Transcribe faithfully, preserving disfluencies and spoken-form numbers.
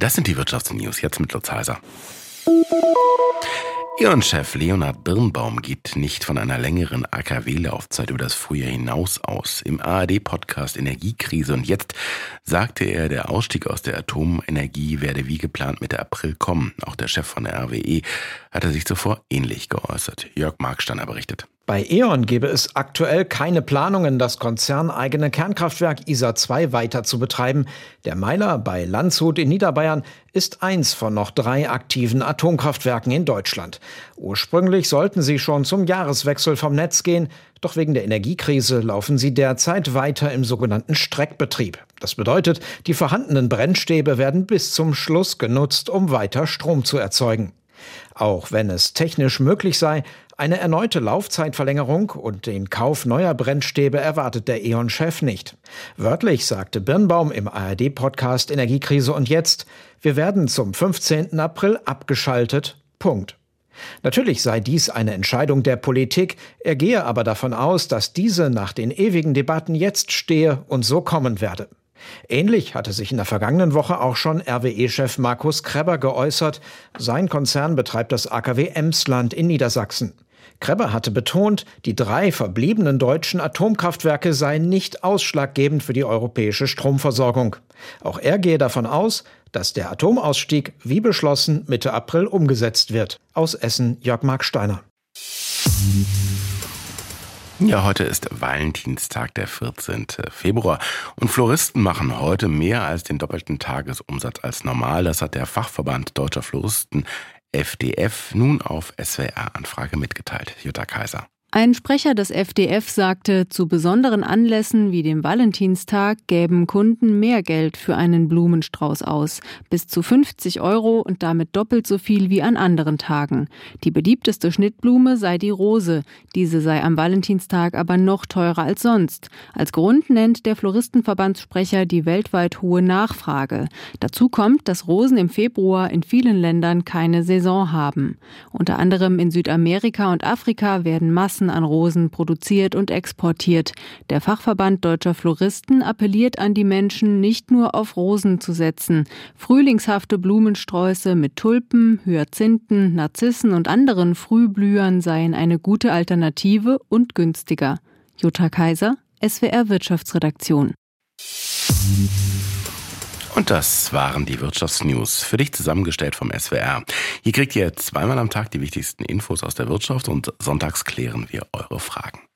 Das sind die Wirtschaftsnews, jetzt mit Lutz Heiser. E.ON-Chef Leonhard Birnbaum geht nicht von einer längeren A K W-Laufzeit über das Frühjahr hinaus aus. Im A R D-Podcast Energiekrise und jetzt sagte er, der Ausstieg aus der Atomenergie werde wie geplant Mitte April kommen. Auch der Chef von der R W E hatte sich zuvor ähnlich geäußert. Jörg Marksteiner berichtet. Bei E.ON gebe es aktuell keine Planungen, das konzerneigene Kernkraftwerk I S A zwei weiter zu betreiben. Der Meiler bei Landshut in Niederbayern ist eins von noch drei aktiven Atomkraftwerken in Deutschland. Ursprünglich sollten sie schon zum Jahreswechsel vom Netz gehen, doch wegen der Energiekrise laufen sie derzeit weiter im sogenannten Streckbetrieb. Das bedeutet, die vorhandenen Brennstäbe werden bis zum Schluss genutzt, um weiter Strom zu erzeugen. Auch wenn es technisch möglich sei, eine erneute Laufzeitverlängerung und den Kauf neuer Brennstäbe erwartet der E.ON-Chef nicht. Wörtlich sagte Birnbaum im A R D-Podcast Energiekrise und jetzt: Wir werden zum fünfzehnten April abgeschaltet. Punkt. Natürlich sei dies eine Entscheidung der Politik, er gehe aber davon aus, dass diese nach den ewigen Debatten jetzt stehe und so kommen werde. Ähnlich hatte sich in der vergangenen Woche auch schon R W E-Chef Markus Krebber geäußert. Sein Konzern betreibt das A K W Emsland in Niedersachsen. Krebber hatte betont, die drei verbliebenen deutschen Atomkraftwerke seien nicht ausschlaggebend für die europäische Stromversorgung. Auch er gehe davon aus, dass der Atomausstieg, wie beschlossen, Mitte April umgesetzt wird. Aus Essen, Jörg Marksteiner. Ja, heute ist Valentinstag, der vierzehnten Februar. Und Floristen machen heute mehr als den doppelten Tagesumsatz als normal. Das hat der Fachverband Deutscher Floristen F D F nun auf S W R-Anfrage mitgeteilt. Jutta Kaiser. Ein Sprecher des F D F sagte, zu besonderen Anlässen wie dem Valentinstag gäben Kunden mehr Geld für einen Blumenstrauß aus. Bis zu fünfzig Euro und damit doppelt so viel wie an anderen Tagen. Die beliebteste Schnittblume sei die Rose. Diese sei am Valentinstag aber noch teurer als sonst. Als Grund nennt der Floristenverbandssprecher die weltweit hohe Nachfrage. Dazu kommt, dass Rosen im Februar in vielen Ländern keine Saison haben. Unter anderem in Südamerika und Afrika werden Massen an Rosen produziert und exportiert. Der Fachverband Deutscher Floristen appelliert an die Menschen, nicht nur auf Rosen zu setzen. Frühlingshafte Blumensträuße mit Tulpen, Hyazinthen, Narzissen und anderen Frühblühern seien eine gute Alternative und günstiger. Jutta Kaiser, S W R Wirtschaftsredaktion. Und das waren die Wirtschaftsnews, für dich zusammengestellt vom S W R. Hier kriegt ihr zweimal am Tag die wichtigsten Infos aus der Wirtschaft und sonntags klären wir eure Fragen.